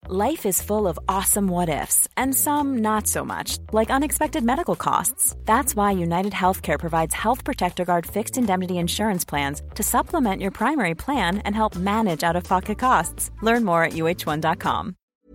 Life is full of awesome what-ifs, and some not so much, like unexpected medical costs. That's why United Healthcare provides Health Protector Guard fixed indemnity insurance plans to supplement your primary plan and help manage out-of-pocket costs. Learn more at uh1.com.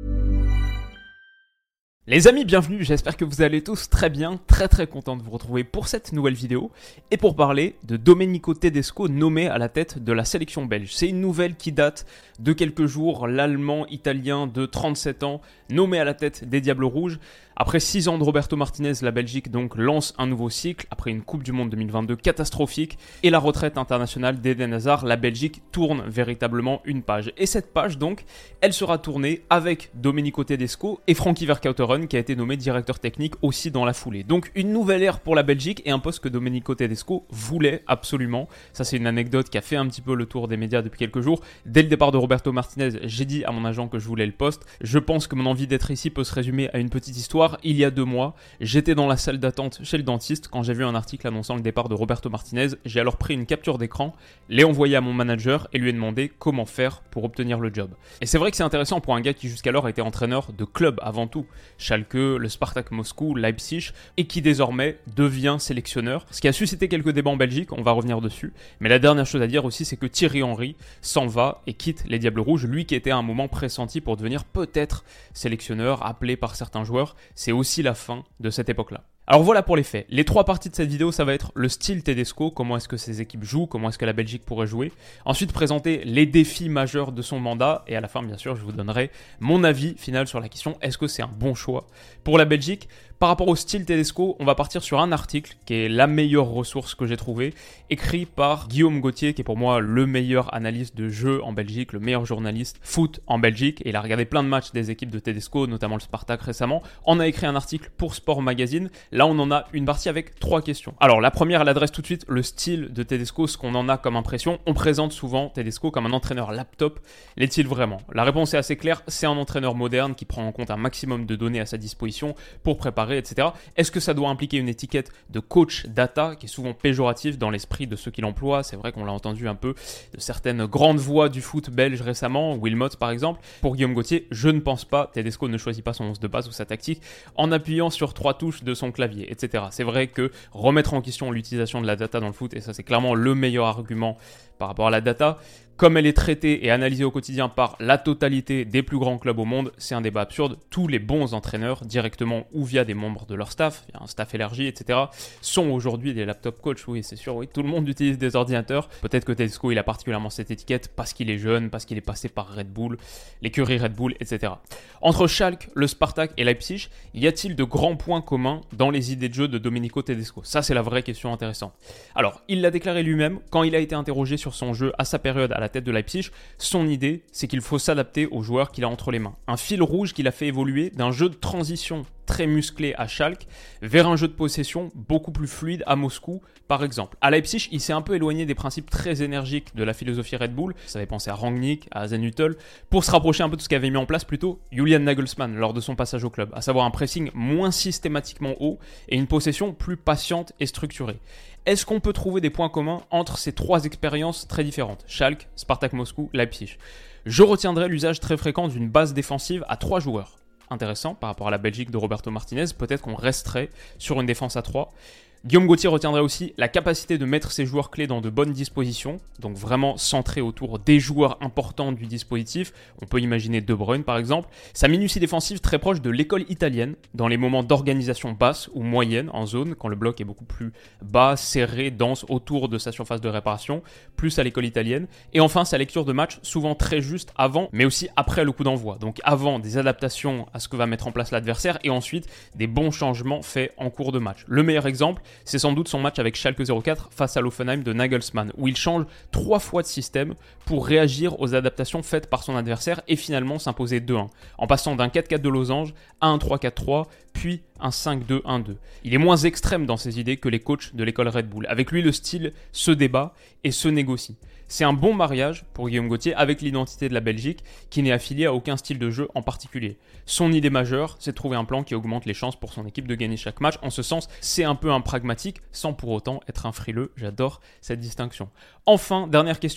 Les amis, bienvenue, j'espère que vous allez tous très bien, très content de vous retrouver pour cette nouvelle vidéo et pour parler de Domenico Tedesco nommé à la tête de la sélection belge. C'est une nouvelle qui date de quelques jours, l'Allemand italien de 37 ans nommé à la tête des Diables Rouges. Après 6 ans de Roberto Martinez, la Belgique donc lance un nouveau cycle après une Coupe du Monde 2022 catastrophique et la retraite internationale d'Eden Hazard. La Belgique tourne véritablement une page. Et cette page donc, elle sera tournée avec Domenico Tedesco et Frankie Vercauteren qui a été nommé directeur technique aussi dans la foulée. Donc une nouvelle ère pour la Belgique et un poste que Domenico Tedesco voulait absolument. Ça c'est une anecdote qui a fait un petit peu le tour des médias depuis quelques jours. Dès le départ de Roberto Martinez, j'ai dit à mon agent que je voulais le poste. Je pense que mon envie d'être ici peut se résumer à une petite histoire. Il y a 2 mois, j'étais dans la salle d'attente chez le dentiste quand j'ai vu un article annonçant le départ de Roberto Martinez. J'ai alors pris une capture d'écran, l'ai envoyé à mon manager et lui ai demandé comment faire pour obtenir le job. Et c'est vrai que c'est intéressant pour un gars qui jusqu'alors était entraîneur de club avant tout, Schalke, le Spartak Moscou, Leipzig, et qui désormais devient sélectionneur. Ce qui a suscité quelques débats en Belgique, on va revenir dessus. Mais la dernière chose à dire aussi, c'est que Thierry Henry s'en va et quitte les Diables Rouges, lui qui était à un moment pressenti pour devenir peut-être sélectionneur, appelé par certains joueurs. C'est aussi la fin de cette époque-là. Alors voilà pour les faits. Les 3 parties de cette vidéo, ça va être le style Tedesco, comment est-ce que ces équipes jouent, comment est-ce que la Belgique pourrait jouer. Ensuite, présenter les défis majeurs de son mandat. Et à la fin, bien sûr, je vous donnerai mon avis final sur la question, est-ce que c'est un bon choix pour la Belgique ? Par rapport au style Tedesco, on va partir sur un article qui est la meilleure ressource que j'ai trouvée, écrit par Guillaume Gauthier, qui est pour moi le meilleur analyste de jeu en Belgique, le meilleur journaliste foot en Belgique. Et il a regardé plein de matchs des équipes de Tedesco, notamment le Spartak récemment. On a écrit un article pour Sport Magazine. Là, on en a une partie avec 3 questions. Alors, la première, elle adresse tout de suite le style de Tedesco, ce qu'on en a comme impression. On présente souvent Tedesco comme un entraîneur laptop. L'est-il vraiment ? La réponse est assez claire. C'est un entraîneur moderne qui prend en compte un maximum de données à sa disposition pour préparer, etc. Est-ce que ça doit impliquer une étiquette de coach data qui est souvent péjorative dans l'esprit de ceux qui l'emploient ? C'est vrai qu'on l'a entendu un peu de certaines grandes voix du foot belge récemment, Wilmot par exemple. Pour Guillaume Gauthier, je ne pense pas. Tedesco ne choisit pas son 11 de base ou sa tactique en appuyant sur 3 touches de son clavier, etc. C'est vrai que remettre en question l'utilisation de la data dans le foot, et ça c'est clairement le meilleur argument par rapport à la data, comme elle est traitée et analysée au quotidien par la totalité des plus grands clubs au monde, c'est un débat absurde. Tous les bons entraîneurs, directement ou via des membres de leur staff, il y a un staff élargi, etc., sont aujourd'hui des laptop coachs. Oui, c'est sûr, oui, tout le monde utilise des ordinateurs. Peut-être que Tedesco, il a particulièrement cette étiquette parce qu'il est jeune, parce qu'il est passé par Red Bull, l'écurie Red Bull, etc. Entre Schalke, le Spartak et Leipzig, y a-t-il de grands points communs dans les idées de jeu de Domenico Tedesco ? Ça, c'est la vraie question intéressante. Alors, il l'a déclaré lui-même quand il a été interrogé sur son jeu à sa période à la tête de Leipzig. Son idée, c'est qu'il faut s'adapter aux joueurs qu'il a entre les mains. Un fil rouge qu'il a fait évoluer d'un jeu de transition très musclé à Schalke vers un jeu de possession beaucoup plus fluide à Moscou, par exemple. À Leipzig, il s'est un peu éloigné des principes très énergiques de la philosophie Red Bull, ça avait pensé à Rangnick, à Hasenhüttl, pour se rapprocher un peu de ce qu'avait mis en place plutôt Julian Nagelsmann lors de son passage au club, à savoir un pressing moins systématiquement haut et une possession plus patiente et structurée. Est-ce qu'on peut trouver des points communs entre ces 3 expériences très différentes, Schalke, Spartak Moscou, Leipzig ? Je retiendrai l'usage très fréquent d'une base défensive à 3 joueurs. Intéressant par rapport à la Belgique de Roberto Martinez, peut-être qu'on resterait sur une défense à 3. Guillaume Gauthier retiendrait aussi la capacité de mettre ses joueurs clés dans de bonnes dispositions, donc vraiment centré autour des joueurs importants du dispositif. On peut imaginer De Bruyne par exemple. Sa minutie défensive très proche de l'école italienne, dans les moments d'organisation basse ou moyenne en zone, quand le bloc est beaucoup plus bas, serré, dense autour de sa surface de réparation, plus à l'école italienne. Et enfin, sa lecture de match, souvent très juste avant, mais aussi après le coup d'envoi. Donc avant des adaptations à ce que va mettre en place l'adversaire et ensuite des bons changements faits en cours de match. Le meilleur exemple, c'est sans doute son match avec Schalke 04 face à l'Hoffenheim de Nagelsmann, où il change 3 fois de système pour réagir aux adaptations faites par son adversaire et finalement s'imposer 2-1, en passant d'un 4-4 de losange à un 3-4-3, puis un 5-2-1-2. Il est moins extrême dans ses idées que les coachs de l'école Red Bull. Avec lui, le style se débat et se négocie. C'est un bon mariage pour Guillaume Gauthier avec l'identité de la Belgique qui n'est affiliée à aucun style de jeu en particulier. Son idée majeure, c'est de trouver un plan qui augmente les chances pour son équipe de gagner chaque match. En ce sens, c'est un peu un pragmatique sans pour autant être un frileux. J'adore cette distinction. Enfin, dernière question.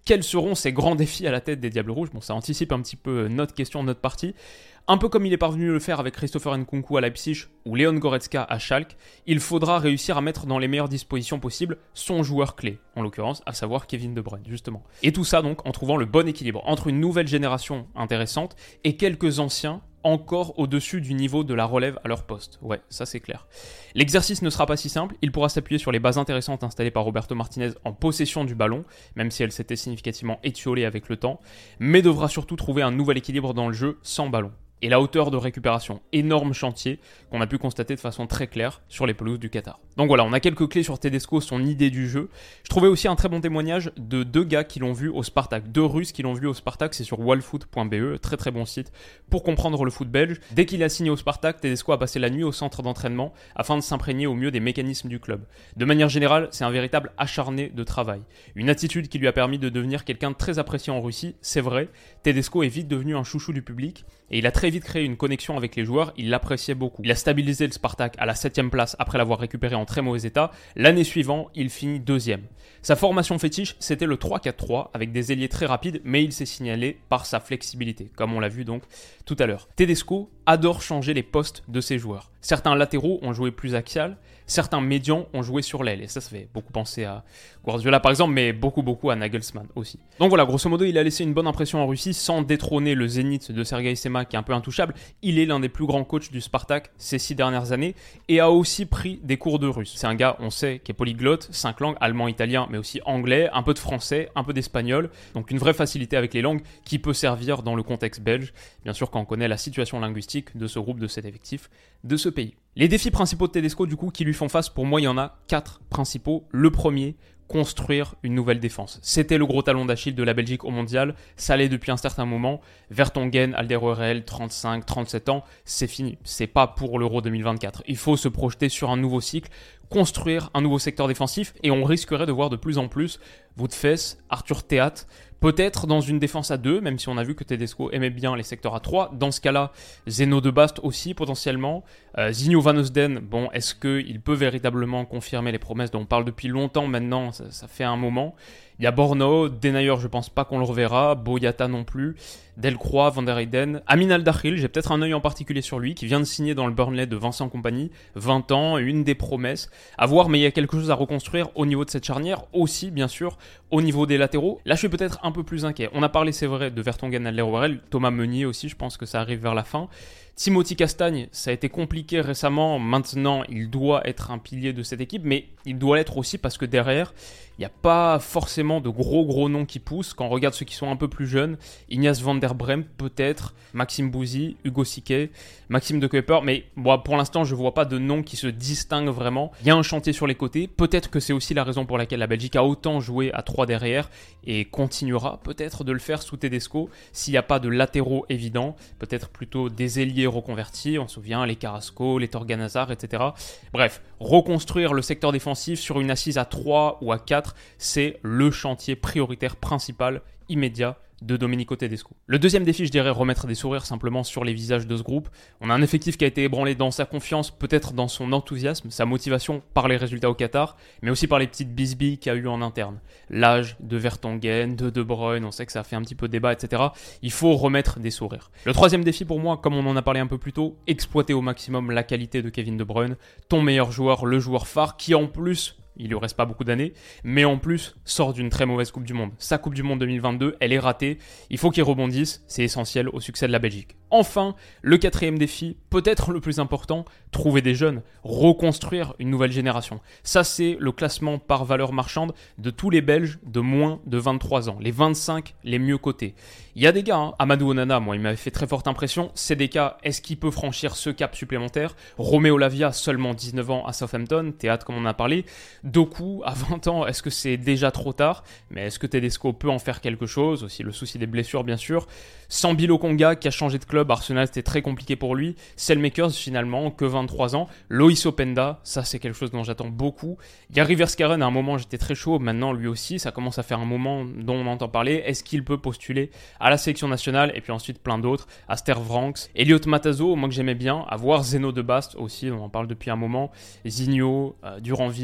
Quels seront ces grands défis à la tête des Diables Rouges? Bon, ça anticipe un petit peu notre question, notre partie. Un peu comme il est parvenu le faire avec Christopher Nkunku à Leipzig ou Leon Goretzka à Schalke, il faudra réussir à mettre dans les meilleures dispositions possibles son joueur clé, en l'occurrence, à savoir Kevin De Bruyne, justement. Et tout ça donc en trouvant le bon équilibre entre une nouvelle génération intéressante et quelques anciens encore au-dessus du niveau de la relève à leur poste. Ouais, ça c'est clair. L'exercice ne sera pas si simple, il pourra s'appuyer sur les bases intéressantes installées par Roberto Martinez en possession du ballon, même si elle s'était significativement étiolée avec le temps, mais devra surtout trouver un nouvel équilibre dans le jeu sans ballon. Et la hauteur de récupération, énorme chantier qu'on a pu constater de façon très claire sur les pelouses du Qatar. Donc voilà, on a quelques clés sur Tedesco, son idée du jeu. Je trouvais aussi un très bon témoignage de 2 gars qui l'ont vu au Spartak, 2 Russes qui l'ont vu au Spartak, c'est sur wallfoot.be, très très bon site pour comprendre le foot belge. Dès qu'il a signé au Spartak, Tedesco a passé la nuit au centre d'entraînement afin de s'imprégner au mieux des mécanismes du club. De manière générale, c'est un véritable acharné de travail. Une attitude qui lui a permis de devenir quelqu'un de très apprécié en Russie, c'est vrai. Tedesco est vite devenu un chouchou du public et il a très vite créé une connexion avec les joueurs, il l'appréciait beaucoup. Il a stabilisé le Spartak à la 7ème place après l'avoir récupéré en très mauvais état. L'année suivante, il finit 2ème. Sa formation fétiche, c'était le 3-4-3 avec des ailiers très rapides, mais il s'est signalé par sa flexibilité, comme on l'a vu donc tout à l'heure. Tedesco adore changer les postes de ses joueurs. Certains latéraux ont joué plus axial, certains médians ont joué sur l'aile, et ça fait beaucoup penser à Guardiola par exemple, mais beaucoup à Nagelsmann aussi. Donc voilà, grosso modo, il a laissé une bonne impression en Russie sans détrôner le zénith de Sergei Sema qui est un peu intouchable. Il est l'un des plus grands coachs du Spartak ces 6 dernières années et a aussi pris des cours de russe. C'est un gars, on sait, qui est polyglotte, 5 langues, allemand, italien, mais aussi anglais, un peu de français, un peu d'espagnol, donc une vraie facilité avec les langues qui peut servir dans le contexte belge, bien sûr quand on connaît la situation linguistique de ce groupe, de cet effectif, de ce pays. Les défis principaux de Tedesco, du coup, qui lui font face, pour moi, il y en a 4 principaux. Le premier, construire une nouvelle défense. C'était le gros talon d'Achille de la Belgique au mondial, ça l'est depuis un certain moment. Vertonghen, Alderweireld, 35, 37 ans, c'est fini. C'est pas pour l'Euro 2024. Il faut se projeter sur un nouveau cycle, construire un nouveau secteur défensif et on risquerait de voir de plus en plus Woutfes, Arthur Théat, peut-être dans une défense à 2, même si on a vu que Tedesco aimait bien les secteurs à 3. Dans ce cas-là, Zeno de Bast aussi potentiellement. Zinho Van Eusden, bon, est-ce qu'il peut véritablement confirmer les promesses dont on parle depuis longtemps maintenant, ça fait un moment. Il y a Borno, Denayer, je pense pas qu'on le reverra, Boyata non plus, Delcroix, Van der Heyden, Amin Al-Dakhil, j'ai peut-être un œil en particulier sur lui, qui vient de signer dans le Burnley de Vincent Kompany, 20 ans, une des promesses, à voir, mais il y a quelque chose à reconstruire au niveau de cette charnière, aussi bien sûr au niveau des latéraux. Là je suis peut-être un peu plus inquiet, on a parlé c'est vrai de Vertonghen, Alderweireld, Thomas Meunier aussi, je pense que ça arrive vers la fin. Timothy Castagne, ça a été compliqué récemment, maintenant il doit être un pilier de cette équipe, mais il doit l'être aussi parce que derrière, il n'y a pas forcément de gros noms qui poussent. Quand on regarde ceux qui sont un peu plus jeunes, Ignace Van der Brem peut-être, Maxime Bouzy, Hugo Siquet, Maxime de Kuyper, mais bon, pour l'instant je ne vois pas de noms qui se distinguent vraiment. Il y a un chantier sur les côtés, peut-être que c'est aussi la raison pour laquelle la Belgique a autant joué à 3 derrière et continuera peut-être de le faire sous Tedesco s'il n'y a pas de latéraux évidents, peut-être plutôt des ailiers reconvertis, on se souvient les Carrasco, les Torgan Hazard, etc. Bref, reconstruire le secteur défensif sur une assise à 3 ou à 4, c'est le chantier prioritaire principal, immédiat, de Domenico Tedesco. Le deuxième défi, je dirais, remettre des sourires simplement sur les visages de ce groupe. On a un effectif qui a été ébranlé dans sa confiance, peut-être dans son enthousiasme, sa motivation par les résultats au Qatar, mais aussi par les petites bisbilles qu'il y a eu en interne. L'âge de Vertonghen, de Bruyne, on sait que ça a fait un petit peu débat, etc. Il faut remettre des sourires. Le troisième défi pour moi, comme on en a parlé un peu plus tôt, exploiter au maximum la qualité de Kevin De Bruyne, ton meilleur joueur, le joueur phare, qui en plus... il lui reste pas beaucoup d'années, mais en plus sort d'une très mauvaise Coupe du Monde. Sa Coupe du Monde 2022, elle est ratée, il faut qu'il rebondisse, c'est essentiel au succès de la Belgique. Enfin, le quatrième défi, peut-être le plus important, trouver des jeunes, reconstruire une nouvelle génération. Ça c'est le classement par valeur marchande de tous les Belges de moins de 23 ans, les 25 les mieux cotés. Il y a des gars, Amadou Onana, moi il m'avait fait très forte impression, c'est des cas, est-ce qu'il peut franchir ce cap supplémentaire? Roméo Lavia, seulement 19 ans à Southampton, Théâtre comme on en a parlé. Doku, à 20 ans, est-ce que c'est déjà trop tard? Mais est-ce que Tedesco peut en faire quelque chose? Aussi le souci des blessures, bien sûr. Sambi Lokonga, qui a changé de club, Arsenal, c'était très compliqué pour lui. Selmakers, finalement, que 23 ans. Loïs Openda, ça c'est quelque chose dont j'attends beaucoup. Gary Verskaren, à un moment j'étais très chaud, maintenant lui aussi, ça commence à faire un moment dont on entend parler. Est-ce qu'il peut postuler à la sélection nationale? Et puis ensuite plein d'autres. Aster Vranks, Elliot Matazo, moi que j'aimais bien. À voir Zeno de Bast aussi, on en parle depuis un moment. Zinho, Duranville, Vertonghen.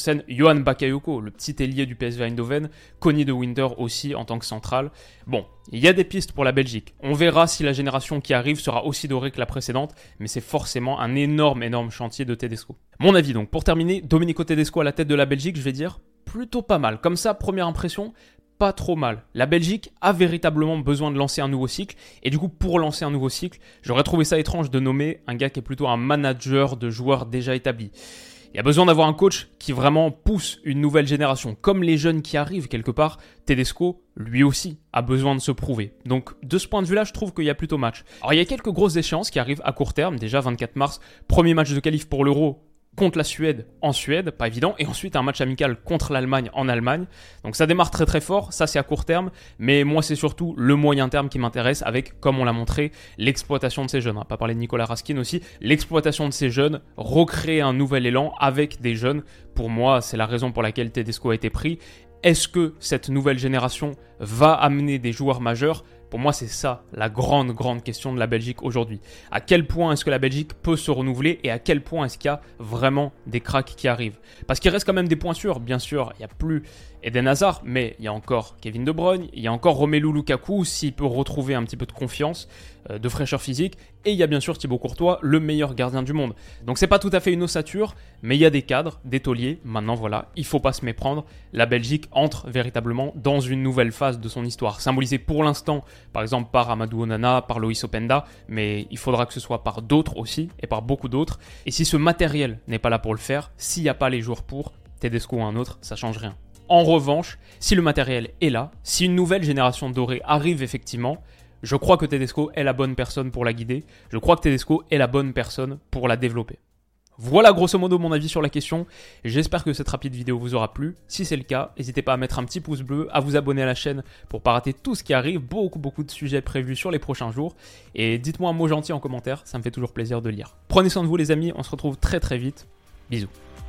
scène Johan Bakayoko, le petit ailier du PSV Eindhoven, Connie de Winter aussi en tant que central. Bon, il y a des pistes pour la Belgique. On verra si la génération qui arrive sera aussi dorée que la précédente, mais c'est forcément un énorme chantier de Tedesco. Mon avis donc, pour terminer, Domenico Tedesco à la tête de la Belgique, je vais dire plutôt pas mal. Comme ça, première impression, pas trop mal. La Belgique a véritablement besoin de lancer un nouveau cycle, et du coup, pour lancer un nouveau cycle, j'aurais trouvé ça étrange de nommer un gars qui est plutôt un manager de joueurs déjà établis. Il y a besoin d'avoir un coach qui vraiment pousse une nouvelle génération. Comme les jeunes qui arrivent quelque part, Tedesco, lui aussi, a besoin de se prouver. Donc, de ce point de vue-là, je trouve qu'il y a plutôt match. Alors, il y a quelques grosses échéances qui arrivent à court terme. Déjà, 24 mars, premier match de qualif pour l'Euro contre la Suède en Suède, pas évident, et ensuite un match amical contre l'Allemagne en Allemagne. Donc ça démarre très très fort, ça c'est à court terme, mais moi c'est surtout le moyen terme qui m'intéresse avec, comme on l'a montré, l'exploitation de ces jeunes. On va pas parler de Nicolas Raskin aussi, l'exploitation de ces jeunes, recréer un nouvel élan avec des jeunes. Pour moi, c'est la raison pour laquelle Tedesco a été pris. Est-ce que cette nouvelle génération va amener des joueurs majeurs ? Pour moi, c'est ça la grande question de la Belgique aujourd'hui. À quel point est-ce que la Belgique peut se renouveler et à quel point est-ce qu'il y a vraiment des cracks qui arrivent ? Parce qu'il reste quand même des points sûrs. Bien sûr, il n'y a plus Eden Hazard, mais il y a encore Kevin De Bruyne, il y a encore Romelu Lukaku s'il peut retrouver un petit peu de confiance, de fraîcheur physique, et il y a bien sûr Thibaut Courtois, le meilleur gardien du monde. Donc c'est pas tout à fait une ossature, mais il y a des cadres, des tauliers. Maintenant voilà, il faut pas se méprendre. La Belgique entre véritablement dans une nouvelle phase de son histoire, symbolisée pour l'instant par exemple par Amadou Onana, par Loïs Openda, mais il faudra que ce soit par d'autres aussi, et par beaucoup d'autres. Et si ce matériel n'est pas là pour le faire, s'il n'y a pas les joueurs pour, Tedesco ou un autre, ça change rien. En revanche, si le matériel est là, si une nouvelle génération dorée arrive effectivement, je crois que Tedesco est la bonne personne pour la guider, je crois que Tedesco est la bonne personne pour la développer. Voilà grosso modo mon avis sur la question, j'espère que cette rapide vidéo vous aura plu. Si c'est le cas, n'hésitez pas à mettre un petit pouce bleu, à vous abonner à la chaîne pour ne pas rater tout ce qui arrive, beaucoup de sujets prévus sur les prochains jours. Et dites-moi un mot gentil en commentaire, ça me fait toujours plaisir de lire. Prenez soin de vous les amis, on se retrouve très vite, bisous.